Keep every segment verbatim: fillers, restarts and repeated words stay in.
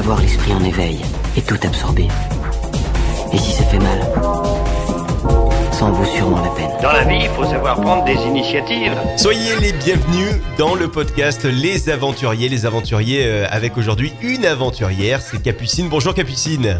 Avoir l'esprit en éveil et tout absorber. Et si ça fait mal, ça en vaut sûrement la peine. Dans la vie, il faut savoir prendre des initiatives. Soyez les bienvenus dans le podcast Les Aventuriers. Les Aventuriers euh, avec aujourd'hui une aventurière, c'est Capucine. Bonjour Capucine.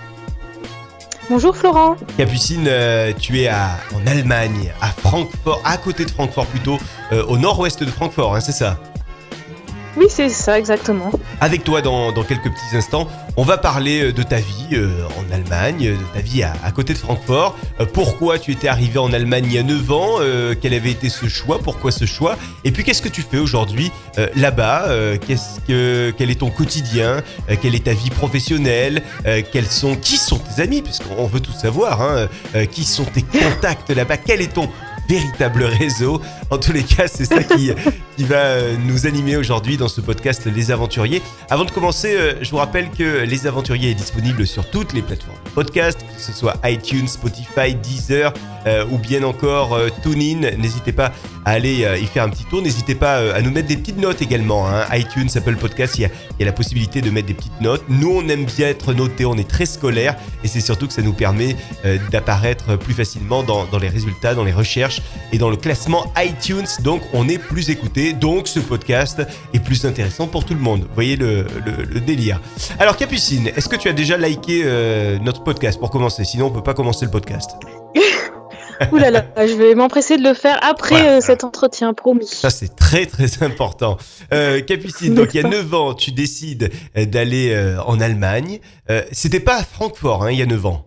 Bonjour Florent. Capucine, euh, tu es à, en Allemagne, à Francfort, à côté de Francfort plutôt, euh, au nord-ouest de Francfort, hein, c'est ça ? Oui, c'est ça, exactement. Avec toi, dans, dans quelques petits instants, on va parler de ta vie euh, en Allemagne, de ta vie à, à côté de Francfort. Euh, pourquoi tu étais arrivé en Allemagne il y a neuf ans, euh, quel avait été ce choix, pourquoi ce choix, et puis qu'est-ce que tu fais aujourd'hui euh, là-bas, euh, qu'est-ce que, quel est ton quotidien, euh, quelle est ta vie professionnelle, euh, quels sont, qui sont tes amis, parce qu'on veut tout savoir, hein, euh, qui sont tes contacts là-bas, quel est ton véritable réseau. En tous les cas, c'est ça qui, qui va nous animer aujourd'hui dans ce podcast Les Aventuriers. Avant de commencer, je vous rappelle que Les Aventuriers est disponible sur toutes les plateformes de podcast, que ce soit iTunes, Spotify, Deezer euh, ou bien encore euh, TuneIn. N'hésitez pas à aller euh, y faire un petit tour. N'hésitez pas euh, à nous mettre des petites notes également. Hein. iTunes, Apple Podcast, il y, a, il y a la possibilité de mettre des petites notes. Nous, on aime bien être notés, on est très scolaire et c'est surtout que ça nous permet euh, d'apparaître plus facilement dans, dans les résultats, dans les recherches et dans le classement iTunes, donc on est plus écouté, donc ce podcast est plus intéressant pour tout le monde. Vous voyez le, le, le délire. Alors Capucine, est-ce que tu as déjà liké euh, notre podcast pour commencer ? Sinon on peut pas commencer le podcast. Ouh là là, je vais m'empresser de le faire après voilà. euh, cet entretien, promis. Ça c'est très très important. Euh, Capucine, donc il y a neuf ans, tu décides d'aller euh, en Allemagne. Euh, c'était pas à Francfort, hein, il y a neuf ans.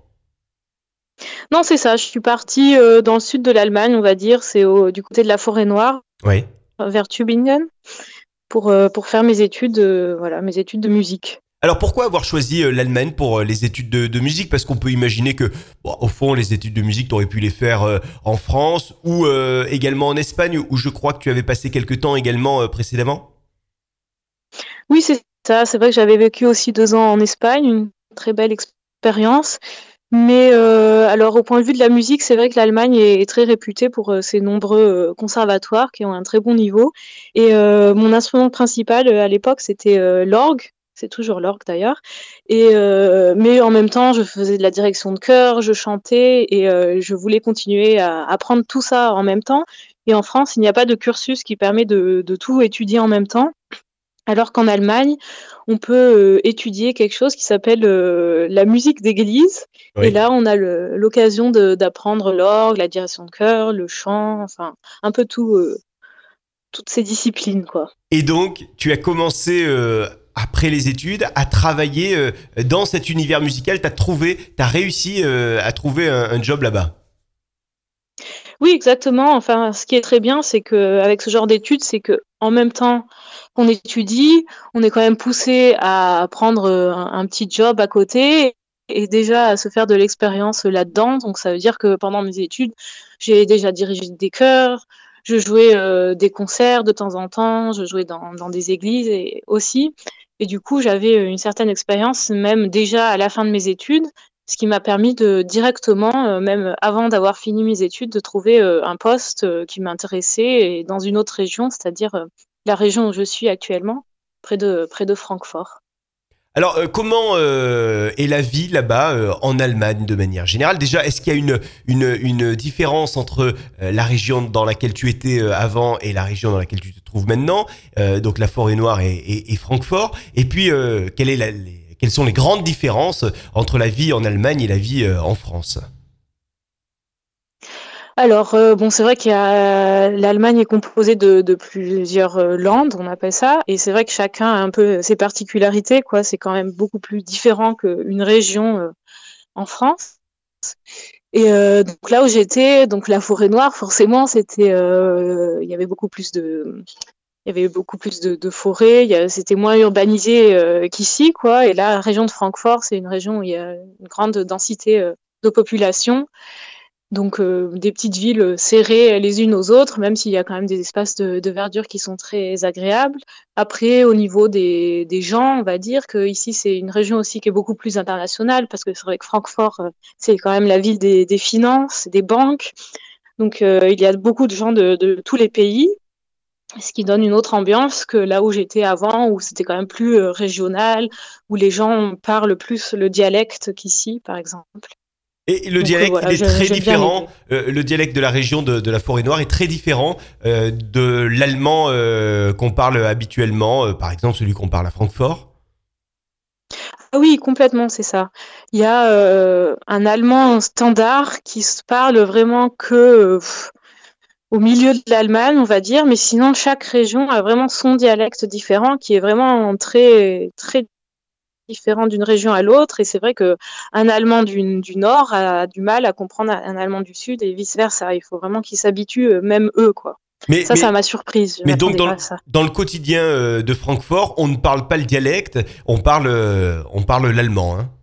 Non, c'est ça. Je suis partie euh, dans le sud de l'Allemagne, on va dire. C'est au, du côté de la Forêt-Noire, Oui. vers Tübingen, pour, euh, pour faire mes études, euh, voilà, mes études de musique. Alors pourquoi avoir choisi l'Allemagne pour les études de, de musique ? Parce qu'on peut imaginer que, bon, au fond, les études de musique, tu aurais pu les faire euh, en France ou euh, également en Espagne, où je crois que tu avais passé quelques temps également euh, précédemment. Oui, c'est ça. C'est vrai que j'avais vécu aussi deux ans en Espagne, une très belle expérience. Mais euh, alors, au point de vue de la musique, c'est vrai que l'Allemagne est, est très réputée pour euh, ses nombreux euh, conservatoires qui ont un très bon niveau. Et euh, mon instrument principal euh, à l'époque, c'était euh, l'orgue. C'est toujours l'orgue d'ailleurs. Et euh, mais en même temps, je faisais de la direction de chœur, je chantais et euh, je voulais continuer à apprendre tout ça en même temps. Et en France, il n'y a pas de cursus qui permet de, de tout étudier en même temps. Alors qu'en Allemagne, on peut euh, étudier quelque chose qui s'appelle euh, la musique d'église. Oui. Et là, on a le, l'occasion de, d'apprendre l'orgue, la direction de chœur, le chant, enfin, un peu tout, euh, toutes ces disciplines, quoi. Et donc, tu as commencé, euh, après les études, à travailler euh, dans cet univers musical. Tu as trouvé, tu as réussi euh, à trouver un, un job là-bas. Oui, exactement. Enfin, ce qui est très bien, c'est qu'avec ce genre d'études, c'est que en même temps qu'on étudie, on est quand même poussé à prendre un, un petit job à côté et déjà à se faire de l'expérience là-dedans. Donc, ça veut dire que pendant mes études, j'ai déjà dirigé des chœurs, je jouais euh, des concerts de temps en temps, je jouais dans, dans des églises et aussi. Et du coup, j'avais une certaine expérience, même déjà à la fin de mes études, ce qui m'a permis de directement, euh, même avant d'avoir fini mes études, de trouver euh, un poste euh, qui m'intéressait et dans une autre région, c'est-à-dire euh, la région où je suis actuellement, près de, près de Francfort. Alors, euh, comment euh, est la vie là-bas euh, en Allemagne de manière générale ? Déjà, est-ce qu'il y a une, une, une différence entre euh, la région dans laquelle tu étais euh, avant et la région dans laquelle tu te trouves maintenant, euh, donc la Forêt-Noire et, et, et Francfort ? Et puis, euh, quelle est la, les, quelles sont les grandes différences entre la vie en Allemagne et la vie euh, en France ? Alors, euh, bon, c'est vrai qu'il y a l'Allemagne est composée de, de plusieurs euh, landes, on appelle ça, et c'est vrai que chacun a un peu ses particularités, quoi. C'est quand même beaucoup plus différent qu'une région euh, en France. Et euh, donc là où j'étais, donc la Forêt-Noire, forcément, c'était, euh, il y avait beaucoup plus de, il y avait beaucoup plus de, de forêts, il y a, c'était moins urbanisé euh, qu'ici, quoi. Et là, la région de Francfort, c'est une région où il y a une grande densité euh, de population. Donc euh, des petites villes serrées les unes aux autres, même s'il y a quand même des espaces de, de verdure qui sont très agréables. Après, au niveau des, des gens, on va dire que ici c'est une région aussi qui est beaucoup plus internationale, parce que c'est vrai que Francfort, euh, c'est quand même la ville des, des finances, des banques. Donc euh, il y a beaucoup de gens de, de tous les pays. ce qui donne une autre ambiance que là où j'étais avant, où c'était quand même plus euh, régional, où les gens parlent plus le dialecte qu'ici, par exemple. Et le Donc euh, dialecte, voilà, il est je- très j'aime bien différent. les Euh, le dialecte de la région de, de la Forêt-Noire est très différent euh, de l'allemand euh, qu'on parle habituellement, euh, par exemple celui qu'on parle à Francfort. Ah oui, complètement, c'est ça. Il y a euh, un allemand standard qui se parle vraiment que euh, pff, au milieu de l'Allemagne, on va dire, mais sinon chaque région a vraiment son dialecte différent qui est vraiment très très différent d'une région à l'autre. Et c'est vrai que un Allemand du, du Nord a du mal à comprendre un Allemand du Sud et vice versa. Il faut vraiment qu'ils s'habituent, euh, même eux, quoi. Mais, Ça, mais, ça m'a surprise. Je mais donc m'attendais dans pas le, à ça. dans le quotidien euh, de Francfort, on ne parle pas le dialecte, on parle, euh, on parle l'allemand. Hein.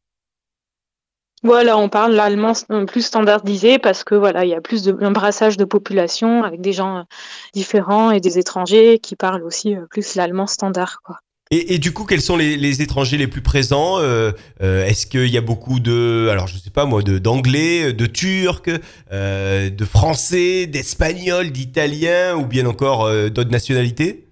Voilà, on parle l'allemand st- plus standardisé parce que voilà, il y a plus de un brassage de population avec des gens euh, différents et des étrangers qui parlent aussi euh, plus l'allemand standard, quoi. Et, et du coup, quels sont les, les étrangers les plus présents euh, euh, Est-ce qu'il y a beaucoup de, alors je sais pas moi, de d'anglais, de turcs, euh, de français, d'espagnols, d'italiens ou bien encore euh, d'autres nationalités?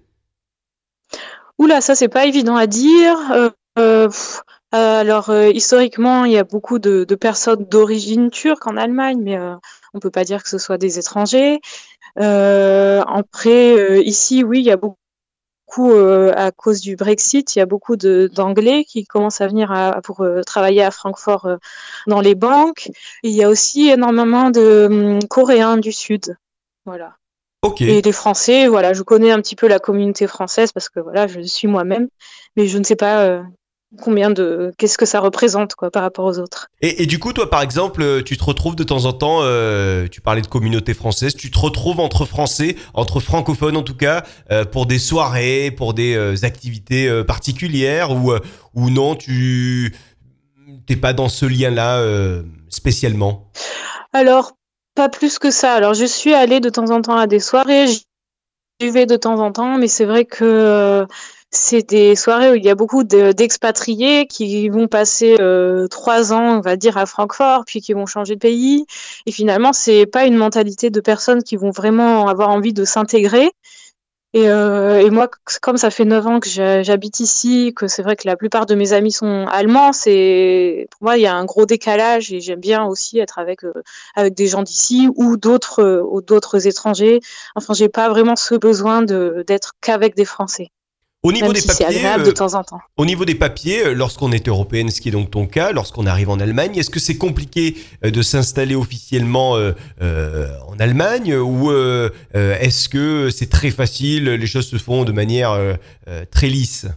Oula, ça c'est pas évident à dire. Euh, euh, pff, euh, alors euh, historiquement, il y a beaucoup de, de personnes d'origine turque en Allemagne, mais euh, on peut pas dire que ce soit des étrangers. Euh, après, euh, ici, oui, il y a beaucoup, euh, à cause du Brexit, il y a beaucoup de, d'Anglais qui commencent à venir à- pour euh, travailler à Francfort euh, dans les banques. Et il y a aussi énormément de hum, Coréens du Sud. Voilà. Ok. Et les Français, voilà, je connais un petit peu la communauté française parce que voilà, je suis moi-même, mais je ne sais pas euh, combien de, qu'est-ce que ça représente quoi par rapport aux autres. Et, et du coup, toi, par exemple, euh, tu te retrouves de temps en temps, euh, tu parlais de communauté française, tu te retrouves entre Français, entre francophones en tout cas, euh, pour des soirées, pour des euh, activités euh, particulières ou euh, ou non, tu t'es pas dans ce lien-là euh, spécialement. Alors, pas plus que ça. Alors, je suis allée de temps en temps à des soirées, j'y vais de temps en temps, mais c'est vrai que euh, c'est des soirées où il y a beaucoup de- d'expatriés qui vont passer euh, trois ans, on va dire, à Francfort, puis qui vont changer de pays. Et finalement, c'est pas une mentalité de personnes qui vont vraiment avoir envie de s'intégrer. Et, euh, et moi, c- comme ça fait neuf ans que j'ha- j'habite ici, que c'est vrai que la plupart de mes amis sont allemands, c'est pour moi il y a un gros décalage et j'aime bien aussi être avec euh, avec des gens d'ici ou d'autres euh, ou d'autres étrangers. Enfin, j'ai pas vraiment ce besoin de d'être qu'avec des Français, Au niveau même des si c'est papiers, agréable de euh, temps en temps. Au niveau des papiers, euh, lorsqu'on est européenne, ce qui est donc ton cas, lorsqu'on arrive en Allemagne, est-ce que c'est compliqué euh, de s'installer officiellement euh, euh, en Allemagne ou euh, euh, est-ce que c'est très facile, les choses se font de manière euh, euh, très lisse?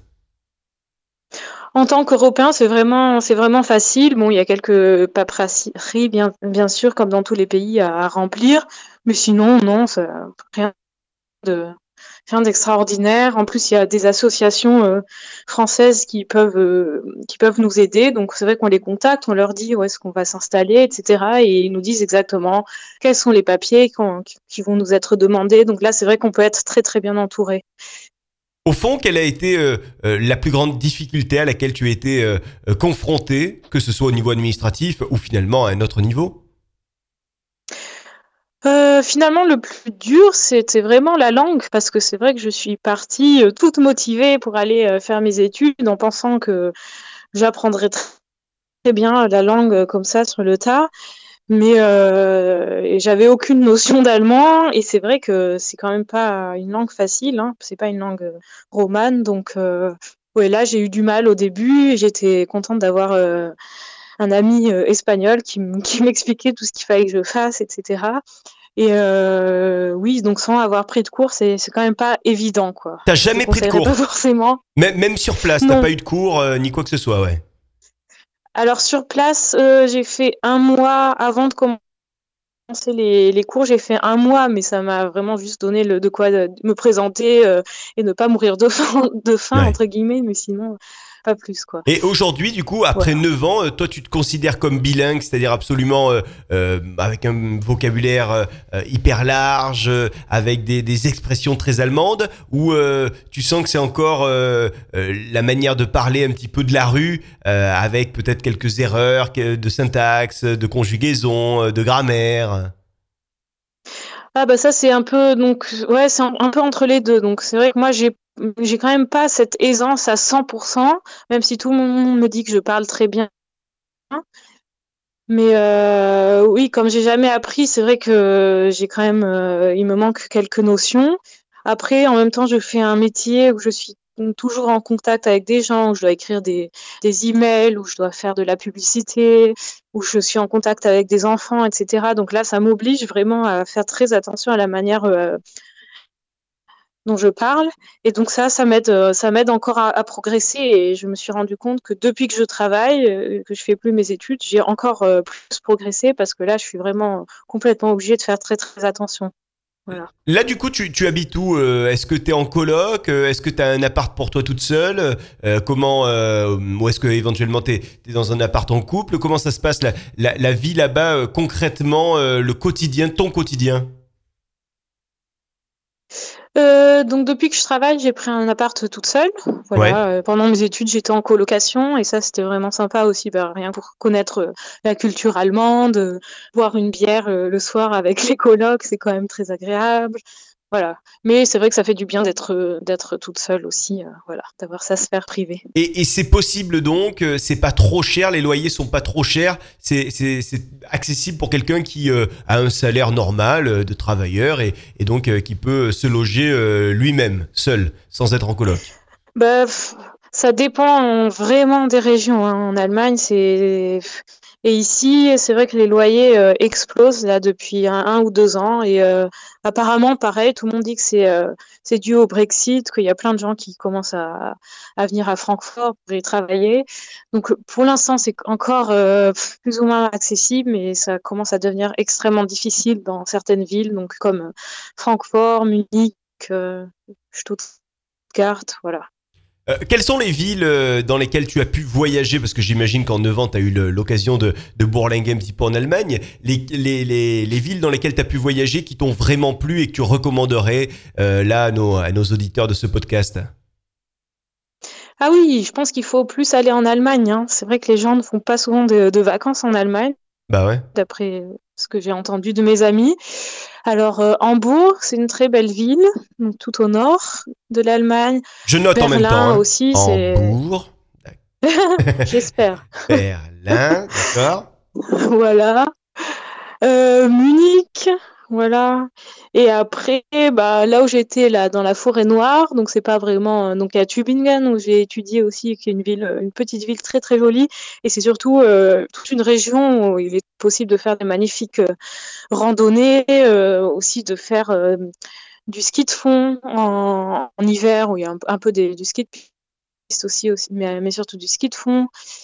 En tant qu'Européen, c'est vraiment c'est vraiment facile. Bon, il y a quelques paperasseries bien bien sûr comme dans tous les pays à, à remplir, mais sinon non, ça, rien de rien d'extraordinaire. En plus, il y a des associations euh, françaises qui peuvent euh, qui peuvent nous aider. Donc c'est vrai qu'on les contacte, on leur dit où est-ce qu'on va s'installer, et cetera. Et ils nous disent exactement quels sont les papiers qu'on- qui vont nous être demandés. Donc là, c'est vrai qu'on peut être très très bien entouré. Au fond, quelle a été euh, euh, la plus grande difficulté à laquelle tu as été euh, euh, confronté, que ce soit au niveau administratif ou finalement à un autre niveau? Euh, finalement, le plus dur, c'était vraiment la langue, parce que c'est vrai que je suis partie euh, toute motivée pour aller euh, faire mes études en pensant que j'apprendrais tr- très bien la langue euh, comme ça sur le tas. Mais euh, et j'avais aucune notion d'allemand et c'est vrai que c'est quand même pas une langue facile, hein. C'est pas une langue euh, romane, donc euh, ouais là j'ai eu du mal au début. Et j'étais contente d'avoir euh, un ami euh, espagnol qui, m- qui m'expliquait tout ce qu'il fallait que je fasse, et cetera. Et euh, oui, donc sans avoir pris de cours, c'est c'est quand même pas évident, quoi. T'as Je le jamais pris de conseillerais pas cours, forcément. même, même sur place, t'as Non. pas eu de cours euh, ni quoi que ce soit, ouais. Alors sur place, euh, j'ai fait un mois avant de commencer les, les cours, j'ai fait un mois, mais ça m'a vraiment juste donné le, de quoi de- me présenter euh, et ne pas mourir de faim, de faim, Ouais. entre guillemets, mais sinon, pas plus, quoi. Et aujourd'hui, du coup, après Voilà. neuf ans, euh, toi, tu te considères comme bilingue, c'est-à-dire absolument euh, euh, avec un vocabulaire euh, euh, hyper large, euh, avec des, des expressions très allemandes, ou euh, tu sens que c'est encore euh, euh, la manière de parler un petit peu de la rue, euh, avec peut-être quelques erreurs que- de syntaxe, de conjugaison, euh, de grammaire. Ah bah ça c'est un peu donc ouais c'est un, un peu entre les deux donc c'est vrai que moi j'ai j'ai quand même pas cette aisance à cent pour cent même si tout le monde me dit que je parle très bien mais euh, oui comme j'ai jamais appris c'est vrai que j'ai quand même euh, il me manque quelques notions après en même temps je fais un métier où je suis toujours en contact avec des gens où je dois écrire des des emails où je dois faire de la publicité où je suis en contact avec des enfants, et cetera. Donc là, ça m'oblige vraiment à faire très attention à la manière euh, dont je parle. Et donc ça, ça m'aide, euh, ça m'aide encore à, à progresser. Et je me suis rendu compte que depuis que je travaille, euh, que je fais plus mes études, j'ai encore euh, plus progressé parce que là, je suis vraiment complètement obligée de faire très très attention. Voilà. Là, du coup, tu, tu habites où? Euh, Est-ce que t'es en coloc? Euh, Est-ce que t'as un appart pour toi toute seule? Euh, comment euh, Ou est-ce que éventuellement t'es t'es dans un appart en couple? Comment ça se passe la, la, la vie là-bas euh, concrètement, euh, le quotidien, ton quotidien? Euh, donc depuis que je travaille, j'ai pris un appart toute seule. Ouais. Voilà. Euh, pendant mes études, j'étais en colocation et ça, c'était vraiment sympa aussi, bah, rien pour connaître euh, la culture allemande, euh, boire une bière euh, le soir avec les colocs, c'est quand même très agréable. Voilà. Mais c'est vrai que ça fait du bien d'être euh, d'être toute seule aussi, euh, voilà, d'avoir sa sphère privée. Et, et c'est possible donc, euh, c'est pas trop cher, les loyers sont pas trop chers, c'est c'est c'est accessible pour quelqu'un qui euh, a un salaire normal euh, de travailleur et et donc euh, qui peut se loger euh, lui-même, seul, sans être en coloc. Bah, pff, ça dépend vraiment des régions, hein. En Allemagne, c'est et ici, c'est vrai que les loyers euh, explosent là depuis un, un ou deux ans et euh, apparemment, pareil, tout le monde dit que c'est euh, c'est dû au Brexit, qu'il y a plein de gens qui commencent à, à venir à Francfort pour y travailler. Donc, pour l'instant, c'est encore euh, plus ou moins accessible, mais ça commence à devenir extrêmement difficile dans certaines villes, donc comme Francfort, Munich, euh, Stuttgart, voilà. Euh, quelles sont les villes euh, dans lesquelles tu as pu voyager? Parce que j'imagine qu'en neuf ans, tu as eu le- l'occasion de, de bourlinguer un petit peu en Allemagne. Les, les, les, les villes dans lesquelles tu as pu voyager qui t'ont vraiment plu et que tu recommanderais euh, là à nos, à nos auditeurs de ce podcast? Ah oui, je pense qu'il faut plus aller en Allemagne, hein. C'est vrai que les gens ne font pas souvent de, de vacances en Allemagne, Bah ouais. d'après ce que j'ai entendu de mes amis. Alors, euh, Hambourg, c'est une très belle ville, donc tout au nord de l'Allemagne. Je note en même temps. Berlin Hein. aussi, c'est... Hambourg, J'espère. Berlin, d'accord. Voilà. Euh, Munich, voilà. Et après, bah, là où j'étais, là, dans la Forêt Noire, donc c'est pas vraiment, euh, donc il y a Tübingen où j'ai étudié aussi, qui est une ville, une petite ville très très jolie, et c'est surtout euh, toute une région où il est possible de faire des magnifiques euh, randonnées, euh, aussi de faire euh, du ski de fond en, en hiver où il y a un, un peu des, du ski de piste aussi, aussi mais, mais surtout du ski de fond.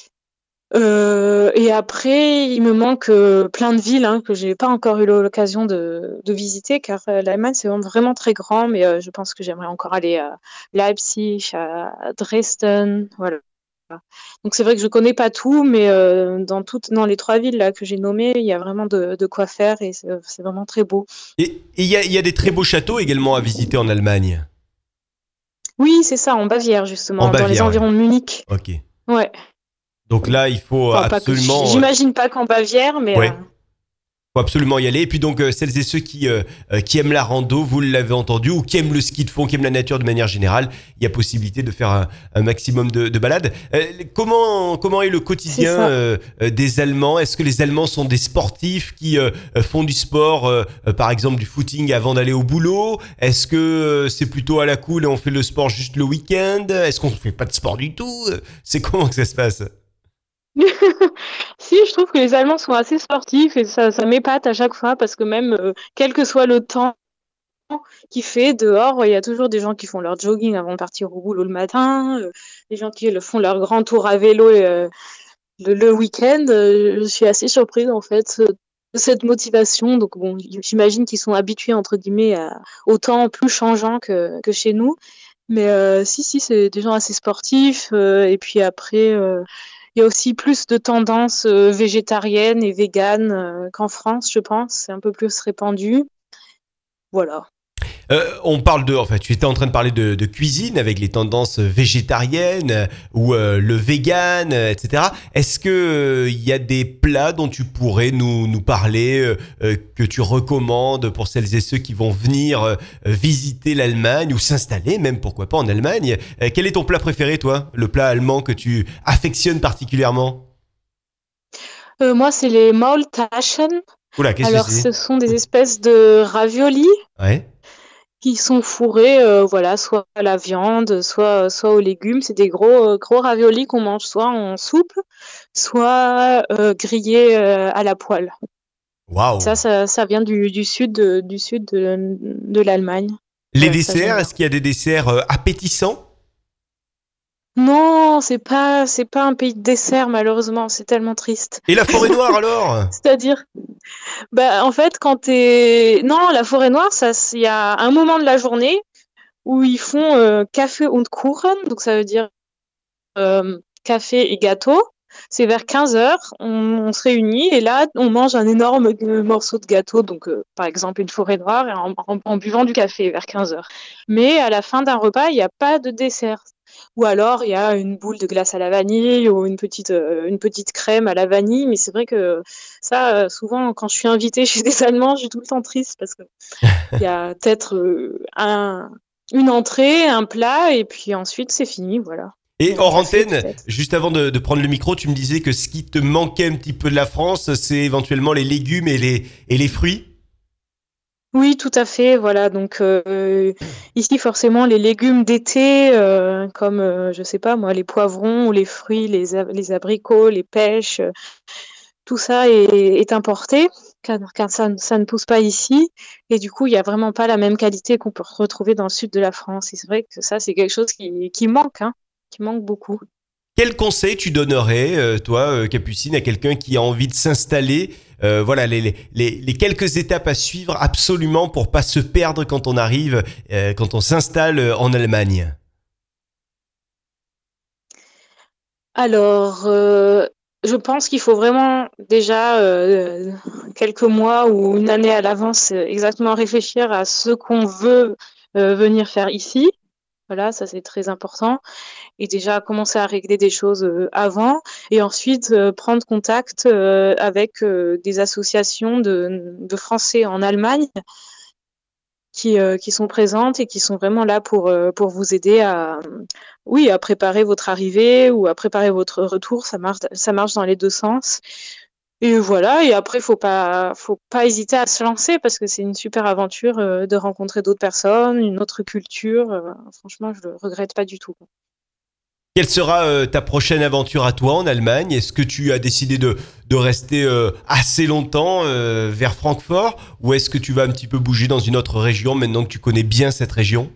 Euh, et après, il me manque euh, plein de villes hein, que j'ai pas encore eu l'occasion de, de visiter, car euh, l'Allemagne c'est vraiment très grand, mais euh, je pense que j'aimerais encore aller à Leipzig, à Dresden, voilà. Donc c'est vrai que je connais pas tout, mais euh, dans toutes, dans les trois villes là que j'ai nommées, il y a vraiment de, de quoi faire et c'est c'est vraiment très beau. Et il y a, il y a des très beaux châteaux également à visiter en Allemagne. Oui, c'est ça, en Bavière En justement, dans les Bavière, ouais. environs de Munich. Ok. Ouais. Donc là, il faut Enfin, pas que absolument... j'imagine pas qu'en Bavière, mais Ouais. euh, Faut absolument y aller. Et puis donc, euh, celles et ceux qui, euh, euh, qui aiment la rando, vous l'avez entendu, ou qui aiment le ski de fond, qui aiment la nature de manière générale, il y a possibilité de faire un, un maximum de, de balades. Euh, comment, comment est le c'est quotidien ça. euh, euh, des Allemands? Est-ce que les Allemands sont des sportifs qui euh, euh, font du sport, euh, euh, par exemple du footing avant d'aller au boulot? Est-ce que euh, c'est plutôt à la cool et on fait le sport juste le week-end? Est-ce qu'on ne fait pas de sport du tout? C'est comment que ça se passe? Si, je trouve que les Allemands sont assez sportifs et ça, ça m'épate à chaque fois parce que même euh, quel que soit le temps qu'il fait dehors, il y a toujours des gens qui font leur jogging avant de partir au boulot le matin, euh, des gens qui le font leur grand tour à vélo euh, le, le week-end. Euh, je suis assez surprise en fait euh, de cette motivation. Donc bon, j'imagine qu'ils sont habitués entre guillemets à, au temps plus changeant que, que chez nous. Mais euh, si, si, c'est des gens assez sportifs. Euh, et puis après, euh, il y a aussi plus de tendances euh, végétariennes et véganes euh, qu'en France, je pense. C'est un peu plus répandu. Voilà. Euh, on parle de, enfin, tu étais en train de parler de, de cuisine avec les tendances végétariennes euh, ou euh, le vegan, euh, et cetera. Est-ce que il euh, y a des plats dont tu pourrais nous nous parler, euh, euh, que tu recommandes pour celles et ceux qui vont venir euh, visiter l'Allemagne ou s'installer même, pourquoi pas, en Allemagne? Euh, quel est ton plat préféré, toi? Le plat allemand que tu affectionnes particulièrement? Euh, moi, c'est les Maultaschen. Oula, qu'est-ce Alors, que c'est? ce sont des espèces de raviolis Ouais. qui sont fourrés, euh, voilà, soit à la viande, soit, soit aux légumes. C'est des gros, euh, gros raviolis qu'on mange soit en soupe, soit euh, grillés euh, à la poêle. Waouh. Ça, ça, ça vient du, du sud, de, du sud de, de l'Allemagne. Les Ouais, ça, desserts, j'aime bien. est-ce qu'il y a des desserts euh, appétissants? Non, c'est pas, c'est pas un pays de dessert, malheureusement. C'est tellement triste. Et la forêt noire alors? C'est-à-dire, bah, en fait, quand t'es... Non, la forêt noire, ça, il y a un moment de la journée où ils font euh, café und Kuchen, donc ça veut dire euh, café et gâteau. C'est vers quinze heures, on, on se réunit et là, on mange un énorme euh, morceau de gâteau, donc euh, par exemple une forêt noire, et en, en- en buvant du café vers quinze heures. Mais à la fin d'un repas, il n'y a pas de dessert. Ou alors, il y a une boule de glace à la vanille ou une petite, euh, une petite crème à la vanille. Mais c'est vrai que ça, euh, souvent, quand je suis invitée chez des Allemands, je suis tout le temps triste parce qu'il y a peut-être euh, un, une entrée, un plat, et puis ensuite, c'est fini, voilà. Et Un hors café, antenne, peut-être. juste avant de, de prendre le micro, tu me disais que ce qui te manquait un petit peu de la France, c'est éventuellement les légumes et les, et les fruits. Oui, tout à fait, voilà. Donc euh, ici, forcément, les légumes d'été, euh, comme, euh, je sais pas moi, les poivrons ou les fruits, les, a- les abricots, les pêches, euh, tout ça est, est importé, car, car ça, ne- ça ne pousse pas ici. Et du coup, il n'y a vraiment pas la même qualité qu'on peut retrouver dans le sud de la France. Et c'est vrai que ça, c'est quelque chose qui, qui manque, hein, qui manque beaucoup. Quel conseil tu donnerais, euh, toi, euh, Capucine, à quelqu'un qui a envie de s'installer? Euh, voilà, les, les, les, les quelques étapes à suivre absolument pour pas se perdre quand on arrive, euh, quand on s'installe euh, en Allemagne. Alors, euh, je pense qu'il faut vraiment déjà euh, quelques mois ou une année à l'avance euh, exactement réfléchir à ce qu'on veut euh, venir faire ici. Voilà, ça c'est très important. Et déjà commencer à régler des choses euh, avant et ensuite euh, prendre contact euh, avec euh, des associations de, de Français en Allemagne qui, euh, qui sont présentes et qui sont vraiment là pour, euh, pour vous aider à, oui, à préparer votre arrivée ou à préparer votre retour. Ça marche, ça marche dans les deux sens. Et voilà. Et après, faut pas, faut pas hésiter à se lancer parce que c'est une super aventure euh, de rencontrer d'autres personnes, une autre culture. Euh, franchement, je le regrette pas du tout. Quelle sera euh, ta prochaine aventure à toi en Allemagne? Est-ce que tu as décidé de, de rester euh, assez longtemps euh, vers Francfort ou est-ce que tu vas un petit peu bouger dans une autre région maintenant que tu connais bien cette région?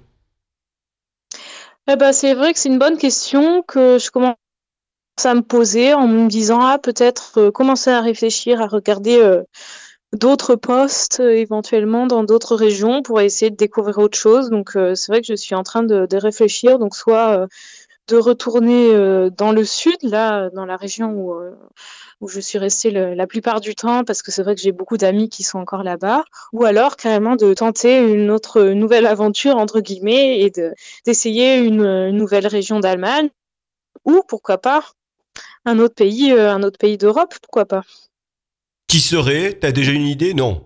Eh ben, c'est vrai que c'est une bonne question que je commence à me poser en me disant, ah, peut-être euh, commencer à réfléchir, à regarder euh, d'autres postes euh, éventuellement dans d'autres régions pour essayer de découvrir autre chose. Donc, euh, c'est vrai que je suis en train de, de réfléchir. Donc, soit euh, de retourner euh, dans le sud, là, dans la région où, euh, où je suis restée le- la plupart du temps, parce que c'est vrai que j'ai beaucoup d'amis qui sont encore là-bas, ou alors carrément de tenter une autre une nouvelle aventure, entre guillemets, et de, d'essayer une, une nouvelle région d'Allemagne, ou pourquoi pas un autre pays, euh, un autre pays d'Europe, pourquoi pas. Qui serait? T'as déjà une idée? Non.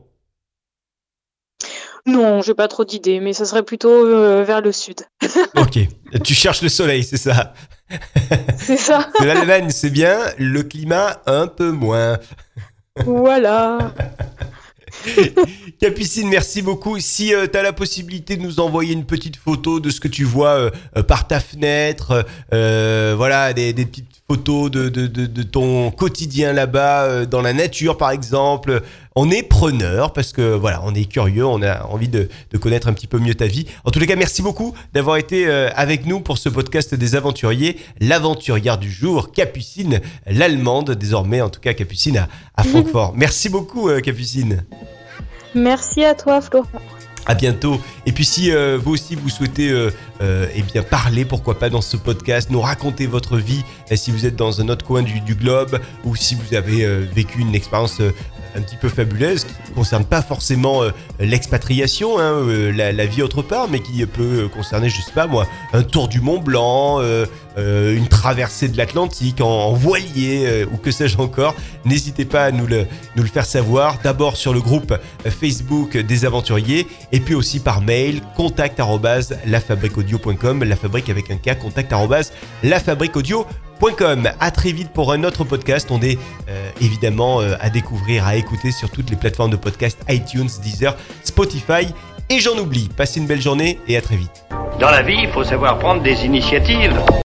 Non, j'ai pas trop d'idées, mais ça serait plutôt euh, vers le sud. Ok. Tu cherches le soleil, c'est ça. C'est ça, L'Allemagne, c'est bien, le climat, un peu moins. voilà. Capucine, merci beaucoup. Si tu as la possibilité de nous envoyer une petite photo de ce que tu vois euh, euh, par ta fenêtre, euh, voilà, des, des petites photos de, de, de, de ton quotidien là-bas, euh, dans la nature par exemple, on est preneur parce que voilà, on est curieux, on a envie de, de connaître un petit peu mieux ta vie. En tous les cas, merci beaucoup d'avoir été euh, avec nous pour ce podcast des aventuriers, l'aventurière du jour, Capucine, l'allemande, désormais en tout cas Capucine à, à Francfort. Merci beaucoup euh, Capucine. Merci à toi, Florent. À bientôt. Et puis si euh, vous aussi vous souhaitez euh, euh, eh bien parler, pourquoi pas dans ce podcast, nous raconter votre vie, euh, si vous êtes dans un autre coin du, du globe ou si vous avez euh, vécu une expérience euh, un petit peu fabuleuses qui ne concernent pas forcément euh, l'expatriation, hein, euh, la, la vie autre part, mais qui peut concerner, je sais pas moi, un tour du Mont Blanc, euh, euh, une traversée de l'Atlantique en, en voilier euh, ou que sais-je encore. N'hésitez pas à nous le, nous le faire savoir, d'abord sur le groupe Facebook des aventuriers et puis aussi par mail contact arobase lafabriquaudio point com, la fabrique avec un K, contact arobase lafabriquaudio point com. À très vite pour un autre podcast. On est euh, évidemment euh, à découvrir, à écouter sur toutes les plateformes de podcast, iTunes, Deezer, Spotify et j'en oublie. Passez une belle journée et à très vite. Dans la vie, il faut savoir prendre des initiatives.